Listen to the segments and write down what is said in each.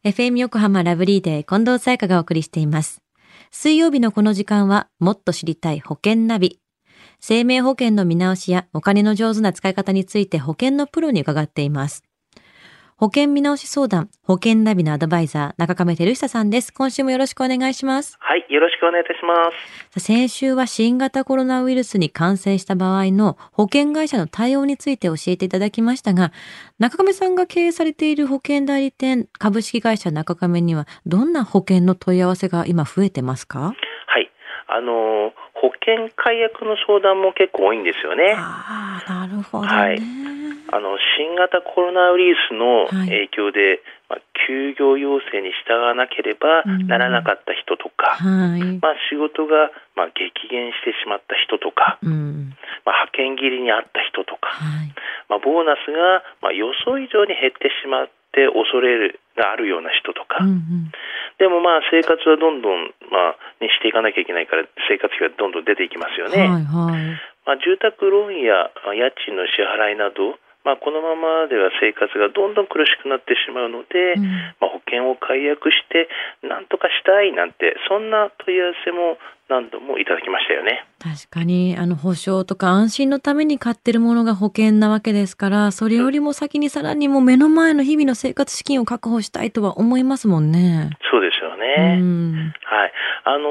FM 横浜ラブリーデー近藤沙耶香がお送りしています。水曜日のこの時間はもっと知りたい保険ナビ。生命保険の見直しやお金の上手な使い方について保険のプロに伺っています。保険見直し相談、保険ナビのアドバイザー、中亀照久さんです。今週もよろしくお願いします。 はい、よろしくお願いいたします。 先週は新型コロナウイルスに感染した場合の保険会社の対応について教えていただきましたが、中亀さんが経営されている保険代理店株式会社中亀にはどんな保険の問い合わせが今増えてますか？ はい、保険解約の相談も結構多いんですよね。 ああ、なるほどね。 はい、新型コロナウイルスの影響で、休業要請に従わなければならなかった人とか、仕事が激減してしまった人とか、派遣切りにあった人とか、ボーナスが予想以上に減ってしまって恐れるがあるような人とか、でも生活はどんどんしていかなきゃいけないから生活費がどんどん出ていきますよね。住宅ローンや家賃の支払いなど、このままでは生活がどんどん苦しくなってしまうので、保険を解約して何とかしたいなんて、そんな問い合わせも何度もいただきましたよね。 確かに保証とか安心のために買ってるものが保険なわけですから、それよりも先にさらにもう目の前の日々の生活資金を確保したいとは思いますもんね。 そうですよね。はい、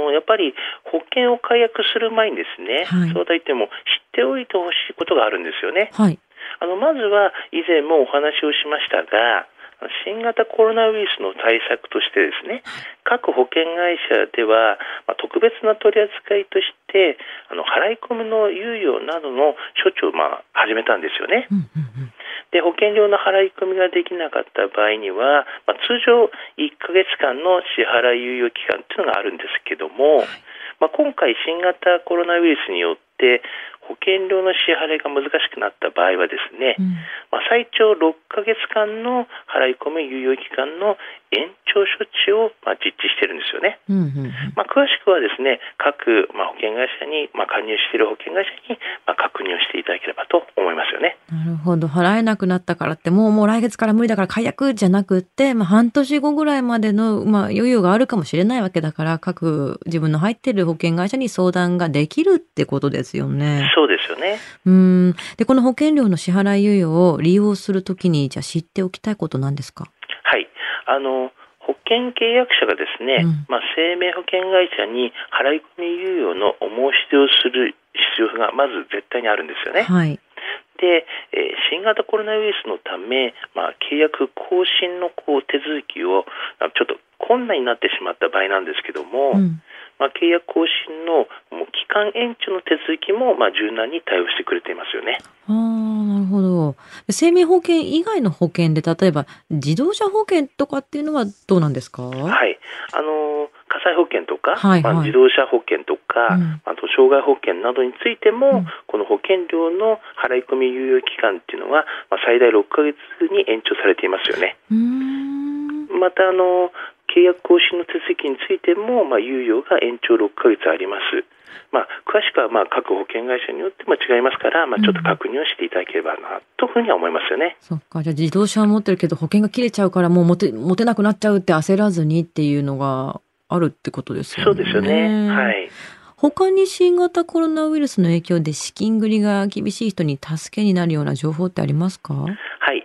やっぱり保険を解約する前にですね、そうといっても知っておいてほしいことがあるんですよね。まずは以前もお話をしましたが、新型コロナウイルスの対策としてですね、各保険会社では、特別な取り扱いとして払い込みの猶予などの処置を始めたんですよね。で、保険料の払い込みができなかった場合には、通常1ヶ月間の支払い猶予期間というのがあるんですけども、今回新型コロナウイルスによって保険料の支払いが難しくなった場合はですね、最長6ヶ月間の払い込み猶予期間の延長処置を実施しているんですよね。詳しくはですね、各保険会社に加入している保険会社に確認をしていただければと思いますよね。 なるほど。払えなくなったからってもう来月から無理だから解約じゃなくって、半年後ぐらいまでの余裕があるかもしれないわけだから、各自分の入っている保険会社に相談ができるってことですよね。 そうですよね。 で、この保険料の支払い猶予を利用するときにじゃあ知っておきたいことなんですか？ はい、保険契約者がですね、生命保険会社に払い込み猶予のお申し出をする必要がまず絶対にあるんですよね。で、新型コロナウイルスのため、契約更新の手続きをちょっと困難になってしまった場合なんですけども、契約更新の期間延長の手続きも柔軟に対応してくれていますよね。 なるほど。生命保険以外の保険で、例えば自動車保険とかっていうのはどうなんですか？ はい、火災保険とか、自動車保険とか、あと障害保険などについても、この保険料の払い込み猶予期間っていうのは、最大6ヶ月に延長されていますよね。また契約更新の手続きについても、猶予が延長6ヶ月あります。詳しくは各保険会社によっても違いますから、ちょっと確認をしていただければなというふうには思いますよね。 そっか。じゃあ自動車は持ってるけど保険が切れちゃうからもう持てなくなっちゃうって焦らずにっていうのがあるってことですよね。 そうですよね。はい。 他に新型コロナウイルスの影響で資金繰りが厳しい人に助けになるような情報ってありますか？はい。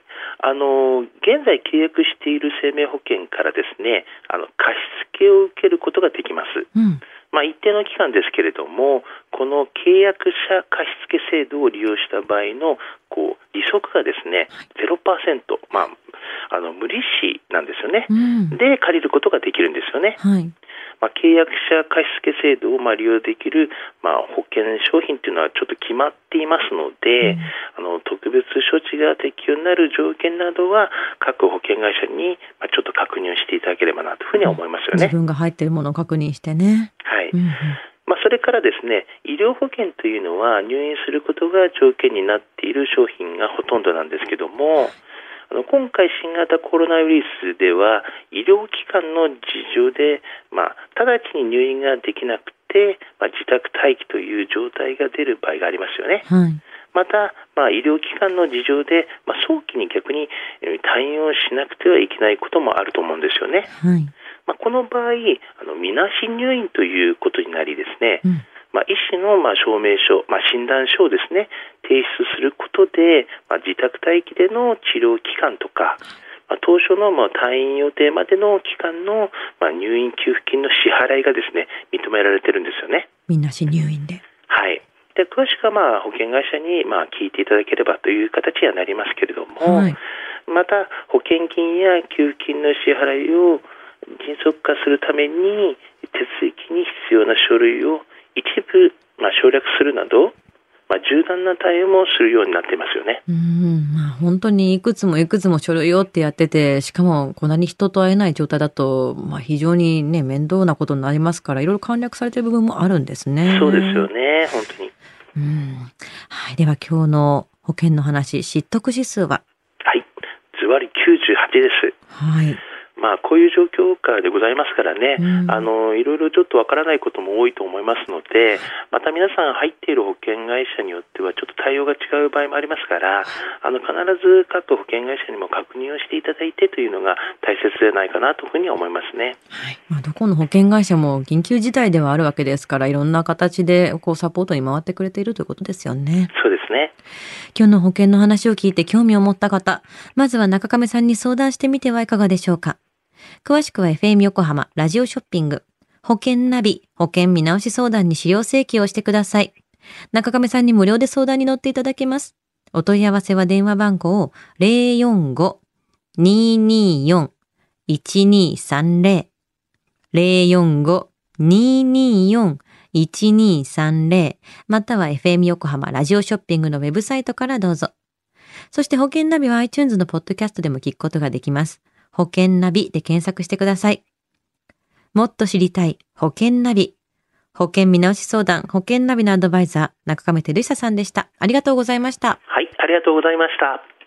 現在契約している生命保険からですね、貸付を受けることができます。一定の期間ですけれども、この契約者貸付制度を利用した場合の利息がですね、0%、無利子なんですよね。で借りることができるんですよね。契約者貸付制度を利用できる、保険商品というのはちょっと決まっていますので、特別処置が適用になる条件などは各保険会社にちょっと確認をしていただければなというふうに思いますよね。 自分が入っているものを確認してね。 はい。それからですね、医療保険というのは入院することが条件になっている商品がほとんどなんですけども、今回新型コロナウイルスでは医療機関の事情で、直ちに入院ができなくて、自宅待機という状態が出る場合がありますよね。 また、医療機関の事情で、早期に逆に退院をしなくてはいけないこともあると思うんですよね。 はい。 この場合、みなし入院ということになりですね、医師の証明書、診断書をですね、提出することで、自宅待機での治療期間とか、当初の退院予定までの期間の入院給付金の支払いがですね、認められてるんですよね。 みなし入院で。 はい。で、詳しくは保険会社に聞いていただければという形にはなりますけれども、 はい、 また保険金や給付金の支払いを迅速化するために手続きに必要な書類を一部省略するなど、柔軟な対応もするようになっていますよね。 本当にいくつも書類をってやってて、しかもこんなに人と会えない状態だと、非常にね、面倒なことになりますから、いろいろ簡略されている部分もあるんですね。 そうですよね、本当に。 はい、では今日の保険の話、失得指数は？ はい、ズバリ98です。 はい。 こういう状況下でございますからね、いろいろちょっとわからないことも多いと思いますので、また皆さん入っている保険会社によってはちょっと対応が違う場合もありますから、必ず各保険会社にも確認をしていただいてというのが大切ではないかなというふうに思いますね。 はい。どこの保険会社も緊急事態ではあるわけですから、いろんな形でサポートに回ってくれているということですよね。 そうですね。 今日の保険の話を聞いて興味を持った方、まずは中亀さんに相談してみてはいかがでしょうか。詳しくは FM 横浜ラジオショッピング保険ナビ保険見直し相談に資料請求をしてください。中亀さんに無料で相談に乗っていただけます。お問い合わせは電話番号 045-224-1230 045-224-1230 または FM 横浜ラジオショッピングのウェブサイトからどうぞ。そして保険ナビは iTunes のポッドキャストでも聞くことができます。保険ナビで検索してください。もっと知りたい保険ナビ。保険見直し相談保険ナビのアドバイザー、中亀照久さんでした。ありがとうございました。 はい、ありがとうございました。